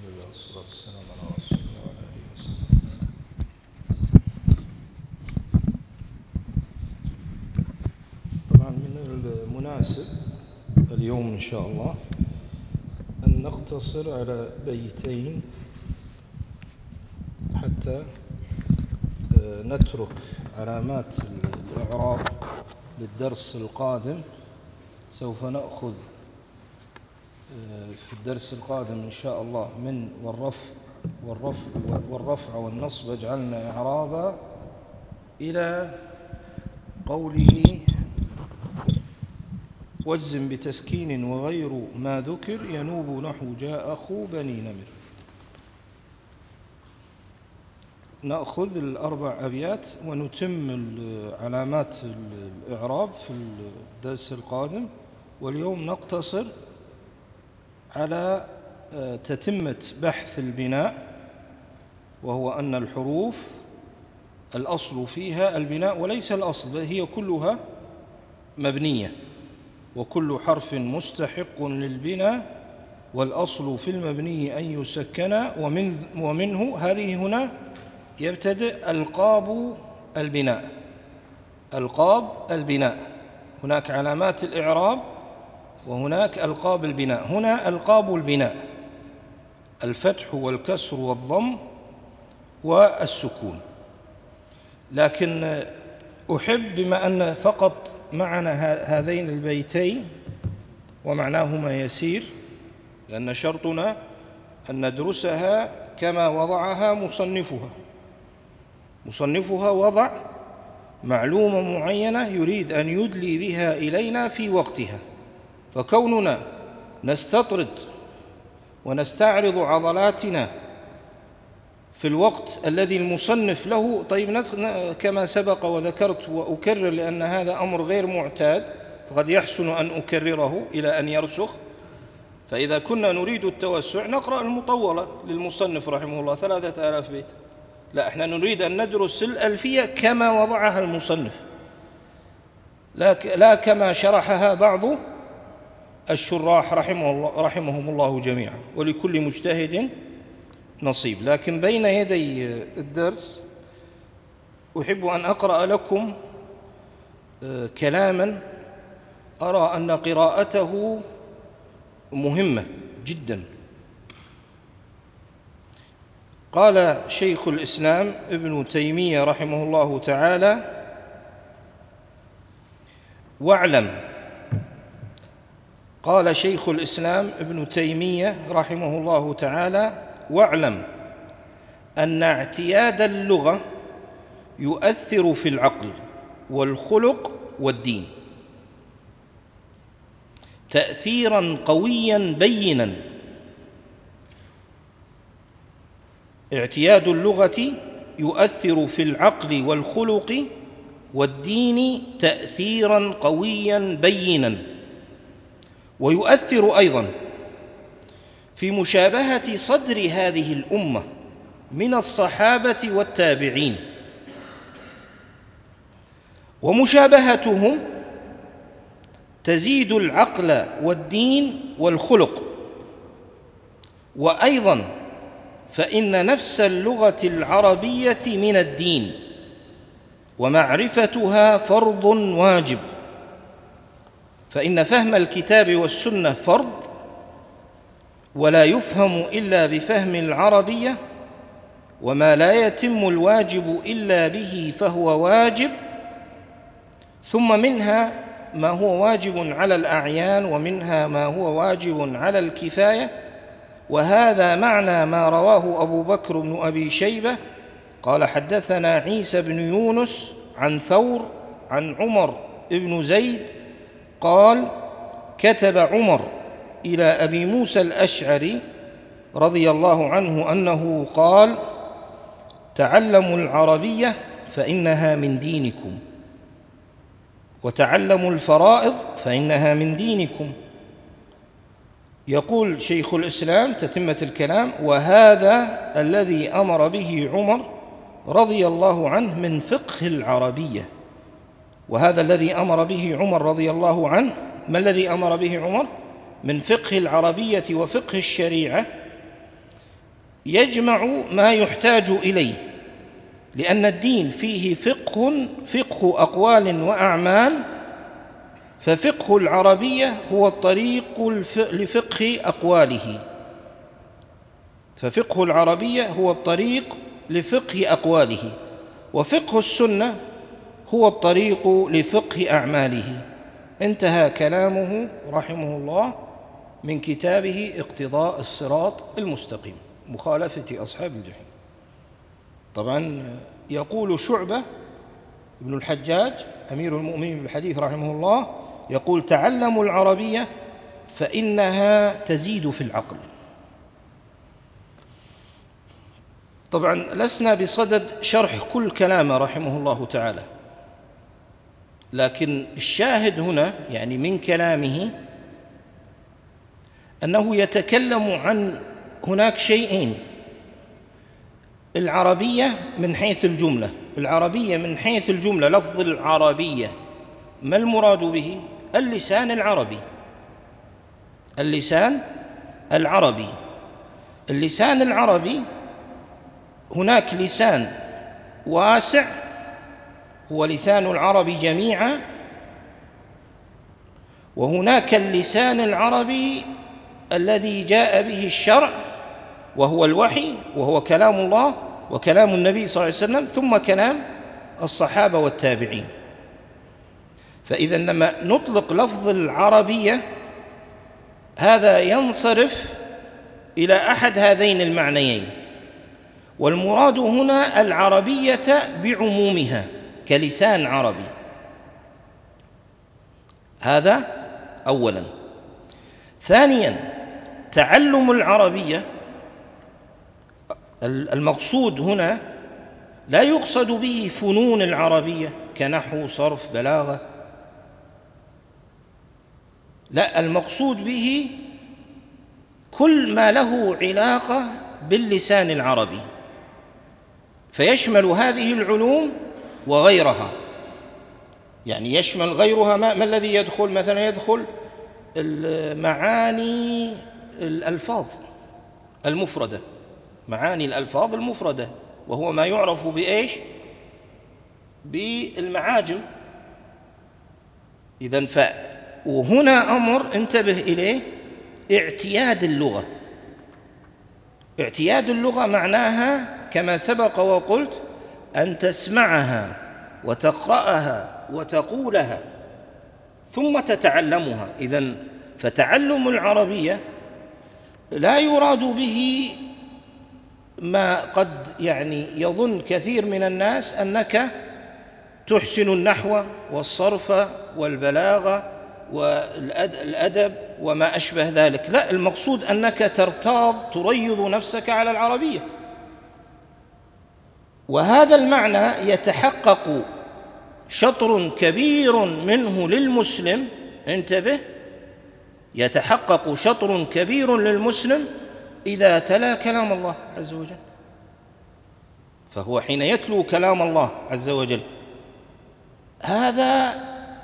الحمد لله والصلاة والسلام على رسول الله وعلى آله وصحبه. طبعا من المناسب اليوم إن شاء الله أن نقتصر على بيتين حتى نترك علامات الإعراب للدرس القادم. سوف نأخذ في الدرس القادم إن شاء الله من والرفع والنصب جعلنا إعرابا إلى قوله واجزم بتسكين وغير ما ذكر ينوب نحو جاء أخو بني نمر. نأخذ الأربع أبيات ونتم علامات الإعراب في الدرس القادم، واليوم نقتصر على تتمة بحث البناء، وهو أن الحروف الأصل فيها البناء وليس الأصل، بل هي كلها مبنية، وكل حرف مستحق للبناء، والأصل في المبني أن يسكن. ومنه هذه هنا يبتدئ ألقاب البناء. ألقاب البناء، هناك علامات الإعراب وهناك ألقاب البناء. هنا ألقاب البناء: الفتح والكسر والضم والسكون. لكن أحب بما أن فقط معنا هذين البيتين ومعناهما يسير، لأن شرطنا أن ندرسها كما وضعها مصنفها وضع معلومة معينة يريد أن يدلي بها إلينا في وقتها، فكوننا نستطرد ونستعرض عضلاتنا في الوقت الذي المصنف له، طيب كما سبق وذكرت وأكرر لأن هذا أمر غير معتاد، فقد يحسن أن أكرره إلى أن يرسخ. فإذا كنا نريد التوسع نقرأ المطولة للمصنف رحمه الله 3000 بيت، لا، احنا نريد أن ندرس الألفية كما وضعها المصنف، لا كما شرحها بعض الشراح رحمهم الله جميعا، ولكل مجتهد نصيب. لكن بين يدي الدرس أحب أن أقرأ لكم كلاما أرى أن قراءته مهمة جدا. قال شيخ الإسلام ابن تيمية رحمه الله تعالى: واعلم. قال شيخ الإسلام ابن تيمية رحمه الله تعالى: واعلم أن اعتياد اللغة يؤثر في العقل والخلق والدين تأثيرا قويا بينا. اعتياد اللغة يؤثر في العقل والخلق والدين تأثيرا قويا بينا، ويؤثر أيضا في مشابهة صدر هذه الأمة من الصحابة والتابعين، ومشابهتهم تزيد العقل والدين والخلق. وأيضا فإن نفس اللغة العربية من الدين، ومعرفتها فرض واجب، فإن فهم الكتاب والسنة فرض، ولا يفهم إلا بفهم العربية، وما لا يتم الواجب إلا به فهو واجب. ثم منها ما هو واجب على الأعيان، ومنها ما هو واجب على الكفاية. وهذا معنى ما رواه أبو بكر بن أبي شيبة قال: حدثنا عيسى بن يونس عن ثور عن عمر بن زيد قال: كتب عمر إلى أبي موسى الأشعري رضي الله عنه أنه قال: تعلموا العربية فإنها من دينكم، وتعلموا الفرائض فإنها من دينكم. يقول شيخ الإسلام تتمة الكلام: وهذا الذي أمر به عمر رضي الله عنه من فقه العربية. وهذا الذي أمر به عمر رضي الله عنه، ما الذي أمر به عمر؟ من فقه العربية وفقه الشريعة. يجمع ما يحتاج إليه، لأن الدين فيه فقه أقوال وأعمال، ففقه العربية هو الطريق لفقه أقواله، ففقه العربية هو الطريق لفقه أقواله، وفقه السنة هو الطريق لفقه أعماله. انتهى كلامه رحمه الله من كتابه اقتضاء الصراط المستقيم، مخالفة أصحاب الجحيم. طبعا يقول شعبة ابن الحجاج أمير المؤمنين بالحديث رحمه الله، يقول: تعلموا العربية فإنها تزيد في العقل. طبعا لسنا بصدد شرح كل كلامه رحمه الله تعالى، لكن الشاهد هنا يعني من كلامه أنه يتكلم عن هناك شيئين: العربية من حيث الجملة، العربية من حيث الجملة، لفظ العربية ما المراد به؟ اللسان العربي، اللسان العربي. اللسان العربي هناك لسان واسع هو لسان العرب جميعا، وهناك اللسان العربي الذي جاء به الشرع وهو الوحي، وهو كلام الله وكلام النبي صلى الله عليه وسلم، ثم كلام الصحابة والتابعين. فإذا لما نطلق لفظ العربية هذا ينصرف إلى أحد هذين المعنيين، والمراد هنا العربية بعمومها كلسان عربي. هذا أولا. ثانيا، تعلم العربية المقصود هنا لا يقصد به فنون العربية كنحو صرف بلاغة، لا، المقصود به كل ما له علاقة باللسان العربي، فيشمل هذه العلوم وغيرها. يعني يشمل غيرها. ما الذي يدخل؟ مثلا يدخل معاني الألفاظ المفردة، معاني الألفاظ المفردة، وهو ما يعرف بإيش؟ بالمعاجم. إذن وهنا أمر انتبه إليه: اعتياد اللغة. اعتياد اللغة معناها كما سبق وقلت أن تسمعها وتقرأها وتقولها ثم تتعلمها. إذن فتعلم العربية لا يراد به ما قد يعني يظن كثير من الناس أنك تحسن النحو والصرف والبلاغة والأدب وما أشبه ذلك. لا، المقصود أنك ترتاض، تريض نفسك على العربية، وهذا المعنى يتحقق شطر كبير منه للمسلم. انتبه، يتحقق شطر كبير للمسلم إذا تلا كلام الله عز وجل. فهو حين يتلو كلام الله عز وجل هذا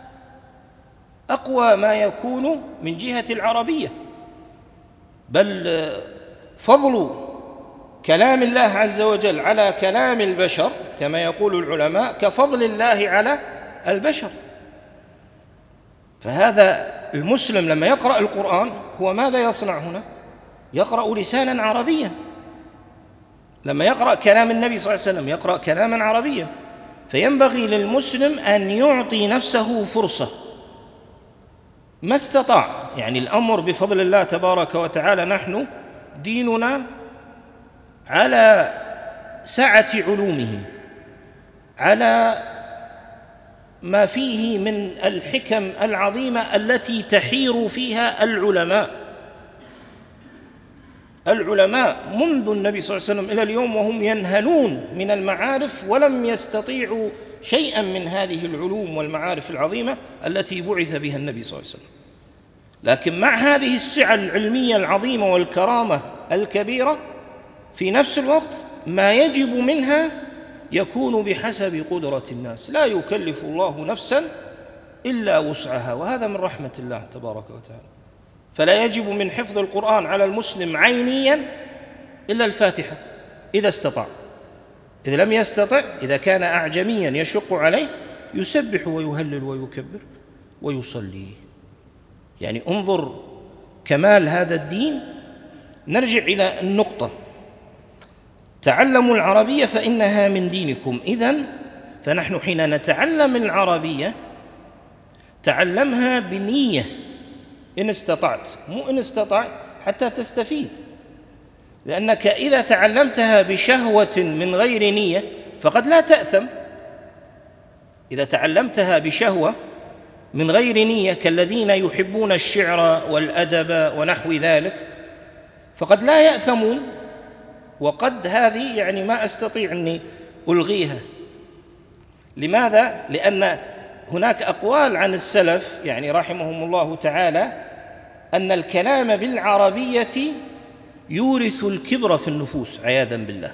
أقوى ما يكون من جهة العربية، بل فضل كلام الله عز وجل على كلام البشر كما يقول العلماء كفضل الله على البشر. فهذا المسلم لما يقرأ القرآن هو ماذا يصنع هنا؟ يقرأ لسانا عربيا. لما يقرأ كلام النبي صلى الله عليه وسلم يقرأ كلاما عربيا. فينبغي للمسلم أن يعطي نفسه فرصة ما استطاع. يعني الأمر بفضل الله تبارك وتعالى نحن ديننا على سعة علومه، على ما فيه من الحكم العظيمة التي تحير فيها العلماء منذ النبي صلى الله عليه وسلم إلى اليوم، وهم ينهلون من المعارف ولم يستطيعوا شيئا من هذه العلوم والمعارف العظيمة التي بعث بها النبي صلى الله عليه وسلم. لكن مع هذه السعة العلمية العظيمة والكرامة الكبيرة، في نفس الوقت ما يجب منها يكون بحسب قدرة الناس. لا يكلف الله نفسا إلا وسعها، وهذا من رحمة الله تبارك وتعالى. فلا يجب من حفظ القرآن على المسلم عينيا إلا الفاتحة إذا استطاع. إذا لم يستطع، إذا كان أعجميا يشق عليه، يسبح ويهلل ويكبر ويصلي. يعني انظر كمال هذا الدين. نرجع إلى النقطة: تعلموا العربية فإنها من دينكم. إذن فنحن حين نتعلم العربية تعلمها بنية إن استطعت، مو إن استطعت حتى تستفيد. لأنك إذا تعلمتها بشهوة من غير نية فقد لا تأثم. إذا تعلمتها بشهوة من غير نية كالذين يحبون الشعر والأدب ونحو ذلك فقد لا يأثمون. وقد هذه يعني ما أستطيع أني ألغيها. لماذا؟ لأن هناك أقوال عن السلف يعني رحمهم الله تعالى أن الكلام بالعربية يورث الكبر في النفوس عياذا بالله.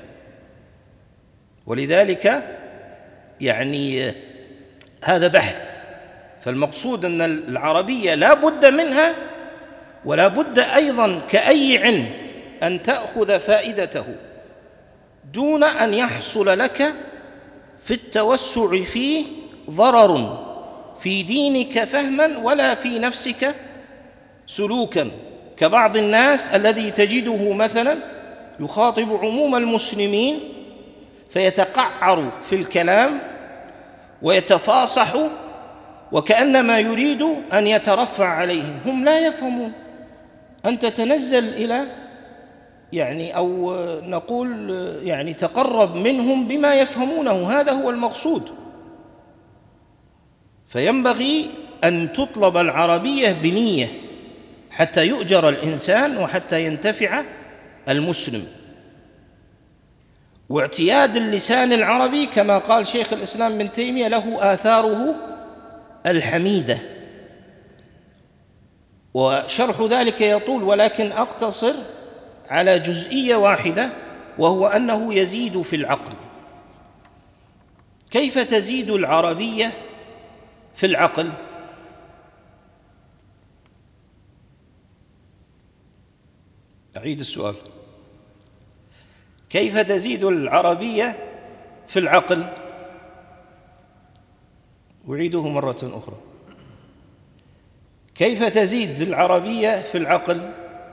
ولذلك يعني هذا بحث. فالمقصود أن العربية لا بد منها، ولا بد أيضا كأي علم أن تأخذ فائدته دون أن يحصل لك في التوسع فيه ضرر في دينك فهما ولا في نفسك سلوكا، كبعض الناس الذي تجده مثلا يخاطب عموم المسلمين فيتقعر في الكلام ويتفاصح وكأنما يريد أن يترفع عليهم. هم لا يفهمون. أنت تنزل إلى يعني أو نقول يعني تقرب منهم بما يفهمونه، هذا هو المقصود. فينبغي أن تطلب العربية بنية حتى يؤجر الإنسان وحتى ينتفع المسلم. واعتياد اللسان العربي كما قال شيخ الإسلام ابن تيمية له آثاره الحميدة، وشرح ذلك يطول، ولكن أقتصر على جزئية واحدة، وهو أنه يزيد في العقل. كيف تزيد العربية في العقل؟ أعيد السؤال: كيف تزيد العربية في العقل؟ أعيده مرة أخرى: كيف تزيد العربية في العقل؟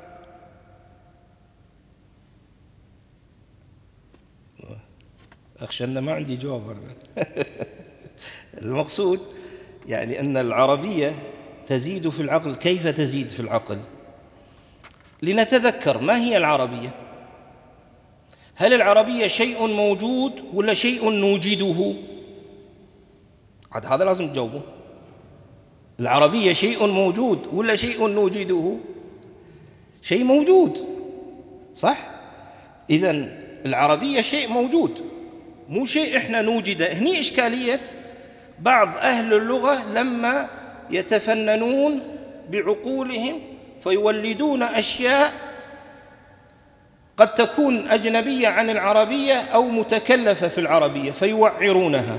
أخشى أن ما عندي جواب. المقصود يعني أن العربية تزيد في العقل. كيف تزيد في العقل؟ لنتذكر ما هي العربية. هل العربية شيء موجود ولا شيء نوجده؟ هذا لازم تجاوبه. العربية شيء موجود ولا شيء نوجده؟ شيء موجود، صح؟ إذن العربية شيء موجود، مو شيء إحنا نوجده. هني إشكالية بعض أهل اللغة لما يتفننون بعقولهم فيولدون أشياء قد تكون أجنبية عن العربية أو متكلفة في العربية فيوعرونها،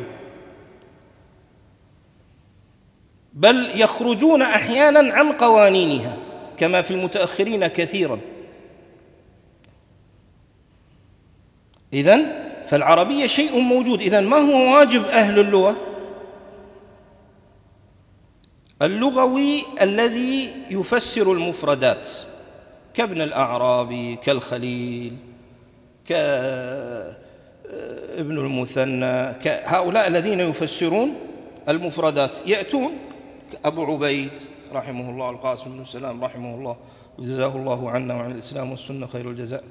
بل يخرجون أحيانا عن قوانينها كما في المتأخرين كثيرا. إذن فالعربية شيء موجود. إذن ما هو واجب أهل اللغة؟ اللغوي الذي يفسر المفردات كابن الأعرابي، كالخليل، كابن المثنى، هؤلاء الذين يفسرون المفردات يأتون. أبو عبيد رحمه الله، القاسم بن سلام رحمه الله، جزاه الله عنا وعن الإسلام والسنة خير الجزاء.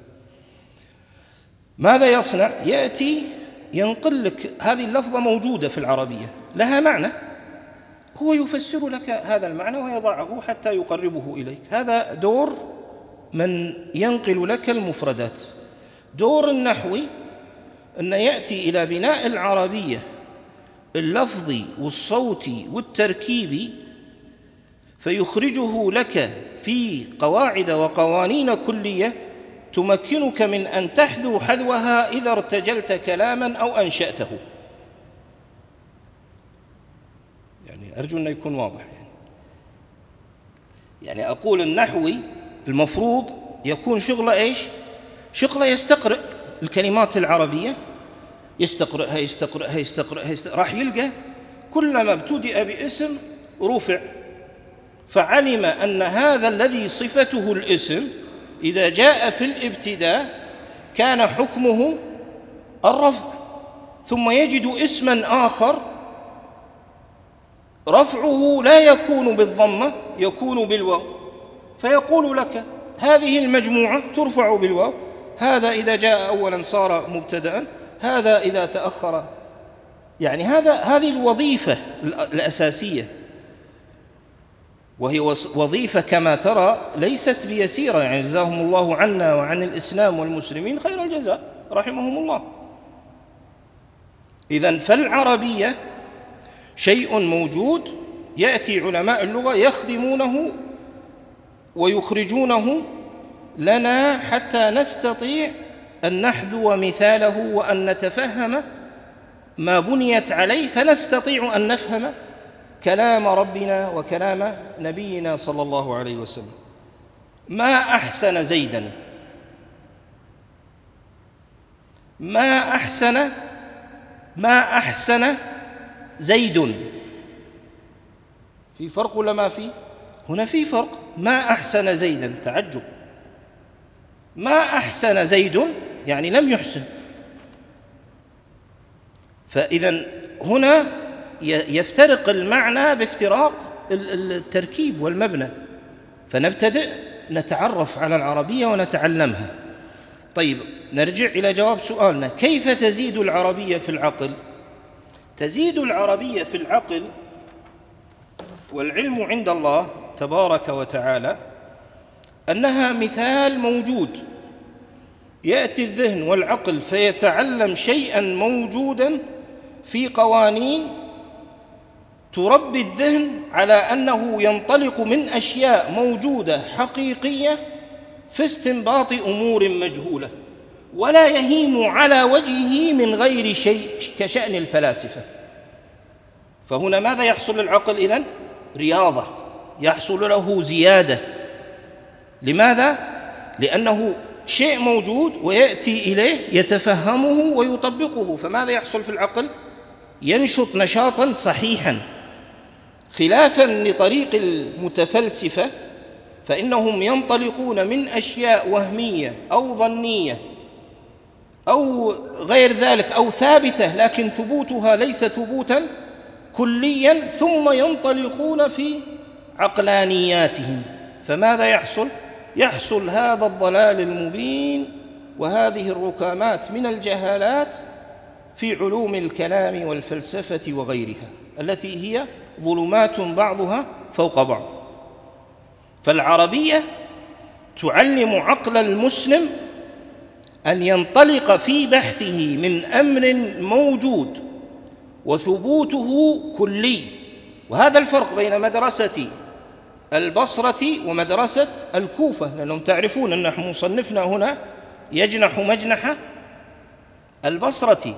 ماذا يصنع؟ يأتي ينقل لك هذه اللفظة موجودة في العربية لها معنى، هو يفسر لك هذا المعنى ويضعه حتى يقربه إليك. هذا دور من ينقل لك المفردات. دور النحوي أن يأتي إلى بناء العربية اللفظي والصوتي والتركيبي فيخرجه لك في قواعد وقوانين كلية تمكنك من أن تحذو حذوها إذا ارتجلت كلاما أو أنشأته. يعني أرجو أن يكون واضح. يعني أقول النحوي المفروض يكون شغله إيش؟ شغله يستقرئ الكلمات العربية، يستقرئها راح يلقى كلما ابتدأ باسم رفع، فعلم أن هذا الذي صفته الاسم إذا جاء في الابتداء كان حكمه الرفع، ثم يجد اسما آخر رفعه لا يكون بالضمة، يكون بالواو، فيقول لك هذه المجموعة ترفع بالواو، هذا إذا جاء أولا صار مبتدأ، هذا إذا تأخر. يعني هذه الوظيفة الأساسية، وهي وظيفة كما ترى ليست بيسيرة، يعني جزاهم الله عنا وعن الإسلام والمسلمين خير الجزاء رحمهم الله. إذن فالعربية شيء موجود، يأتي علماء اللغة يخدمونه ويخرجونه لنا حتى نستطيع أن نحذو مثاله وأن نتفهم ما بنيت عليه، فنستطيع أن نفهم كلام ربنا وكلام نبينا صلى الله عليه وسلم. ما أحسن زيدا، ما أحسن زيد، في فرق ولا ما في؟ هنا في فرق. ما أحسن زيدا تعجب، ما أحسن زيد يعني لم يحسن. فإذا هنا يفترق المعنى بافتراق التركيب والمبنى، فنبتدئ نتعرف على العربية ونتعلمها. طيب نرجع إلى جواب سؤالنا، كيف تزيد العربية في العقل؟ تزيد العربية في العقل والعلم عند الله تبارك وتعالى أنها مثال موجود، يأتي الذهن والعقل فيتعلم شيئا موجودا في قوانين تربي الذهن على أنه ينطلق من أشياء موجودة حقيقية في استنباط أمور مجهولة، ولا يهيم على وجهه من غير شيء كشأن الفلاسفة. فهنا ماذا يحصل للعقل إذن؟ رياضة، يحصل له زيادة. لماذا؟ لأنه شيء موجود ويأتي إليه يتفهمه ويطبقه، فماذا يحصل في العقل؟ ينشط نشاطا صحيحا، خلافا لطريق المتفلسفة، فإنهم ينطلقون من أشياء وهمية أو ظنية أو غير ذلك أو ثابتة لكن ثبوتها ليس ثبوتا كليا، ثم ينطلقون في عقلانياتهم. فماذا يحصل؟ يحصل هذا الضلال المبين وهذه الركامات من الجهالات في علوم الكلام والفلسفة وغيرها، التي هي ظلمات بعضها فوق بعض. فالعربية تعلم عقل المسلم أن ينطلق في بحثه من أمر موجود وثبوته كلي. وهذا الفرق بين مدرسة البصرة ومدرسة الكوفة، لأنهم تعرفون أن مصنفنا هنا يجنح مجنح البصرة،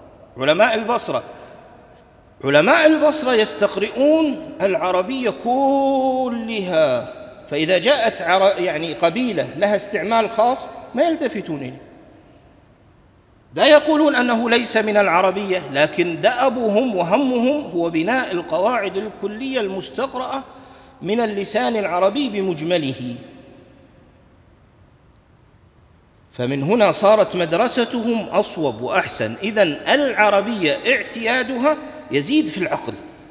علماء البصرة يستقرئون العربية كلها، فإذا جاءت يعني قبيلة لها استعمال خاص ما يلتفتون إليه، لا يقولون أنه ليس من العربية، لكن دأبهم وهمهم هو بناء القواعد الكلية المستقرأة من اللسان العربي بمجمله. فمن هنا صارت مدرستهم أصوب وأحسن. إذن العربية اعتيادها يزيد في العقل.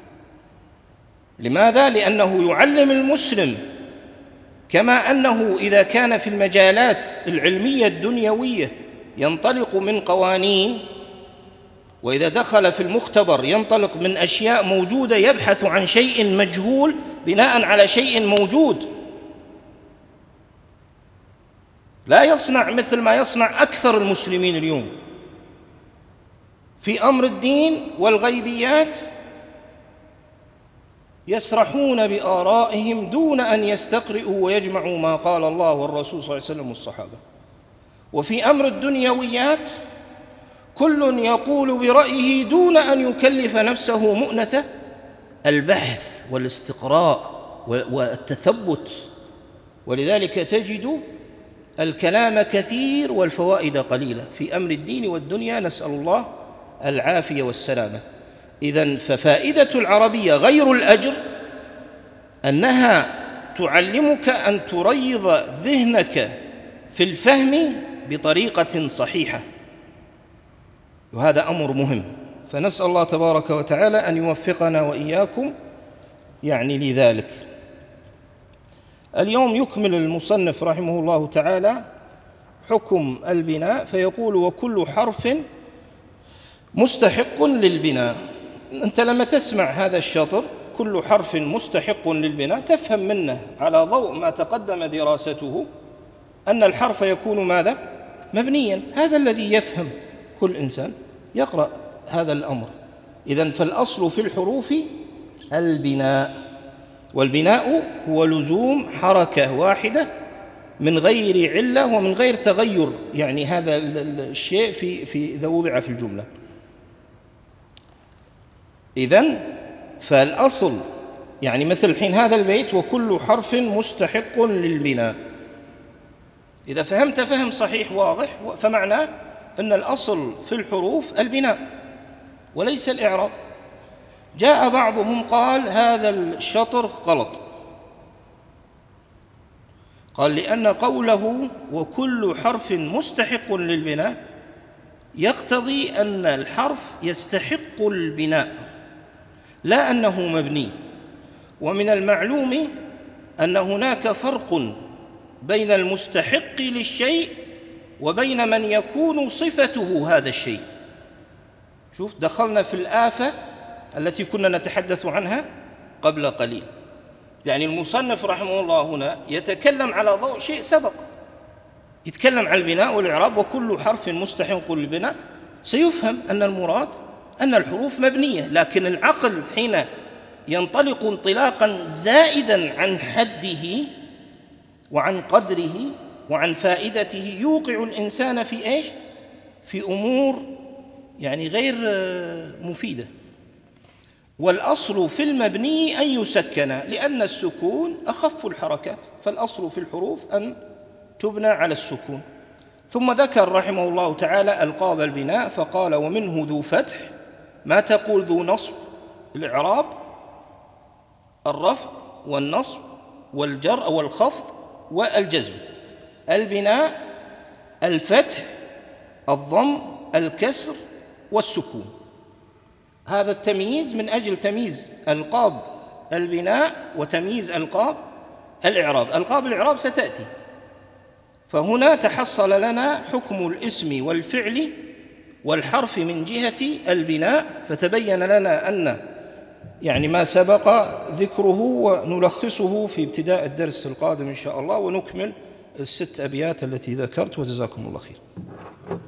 لماذا؟ لأنه يعلم المسلم، كما أنه إذا كان في المجالات العلمية الدنيوية ينطلق من قوانين، وإذا دخل في المختبر ينطلق من أشياء موجودة، يبحث عن شيء مجهول بناء على شيء موجود، لا يصنع مثل ما يصنع أكثر المسلمين اليوم في أمر الدين والغيبيات، يسرحون بآرائهم دون أن يستقرئوا ويجمعوا ما قال الله والرسول صلى الله عليه وسلم والصحابة. وفي أمر الدنيويات كل يقول برأيه دون أن يكلف نفسه مؤنة البحث والاستقراء والتثبت. ولذلك تجد الكلام كثير والفوائد قليلة في أمر الدين والدنيا، نسأل الله العافية والسلامة. إذن ففائدة العربية غير الأجر أنها تعلمك أن تريض ذهنك في الفهم بطريقة صحيحة، وهذا أمر مهم. فنسأل الله تبارك وتعالى أن يوفقنا وإياكم لذلك. اليوم يكمل المصنف رحمه الله تعالى حكم البناء، فيقول: وكل حرف مستحق للبناء. أنت لما تسمع هذا الشطر كل حرف مستحق للبناء تفهم منه على ضوء ما تقدم دراسته أن الحرف يكون ماذا؟ مبنيا. هذا الذي يفهم كل إنسان يقرأ هذا الأمر. إذن فالأصل في الحروف البناء، والبناء هو لزوم حركة واحدة من غير علة ومن غير تغير هذا الشيء في إذا وضع في الجملة. إذن فالأصل مثل الحين هذا البيت: وكل حرف مستحق للبناء. إذا فهمت فهم صحيح واضح فمعناه أن الأصل في الحروف البناء وليس الإعراب. جاء بعضهم قال هذا الشطر غلط، قال لأن قوله وكل حرف مستحق للبناء يقتضي أن الحرف يستحق البناء لا أنه مبني. ومن المعلوم أن هناك فرق بين المستحق للشيء وبين من يكون صفته هذا الشيء. شوف، دخلنا في الآفة التي كنا نتحدث عنها قبل قليل. المصنف رحمه الله هنا يتكلم على ضوء شيء سبق، يتكلم عن البناء والإعراب. وكل حرف مستحق للبناء، سيفهم أن المراد أن الحروف مبنية، لكن العقل حين ينطلق انطلاقا زائدا عن حده وعن قدره وعن فائدته يوقع الإنسان في إيش؟ في أمور غير مفيدة. والأصل في المبني أن يسكن، لأن السكون أخف الحركات، فالأصل في الحروف أن تبنى على السكون. ثم ذكر رحمه الله تعالى ألقاب البناء فقال: ومنه ذو فتح، ما تقول ذو نصب، الإعراب الرفع والنصب والجر أو الخفض والجزم. البناء الفتح، الضم، الكسر والسكون. هذا التمييز من أجل تمييز ألقاب البناء وتمييز ألقاب الإعراب. ألقاب الإعراب ستأتي. فهنا تحصل لنا حكم الاسم والفعل والحرف من جهة البناء، فتبين لنا أن ما سبق ذكره ونلخصه في ابتداء الدرس القادم إن شاء الله، ونكمل 6 أبيات التي ذكرت. وجزاكم الله خير.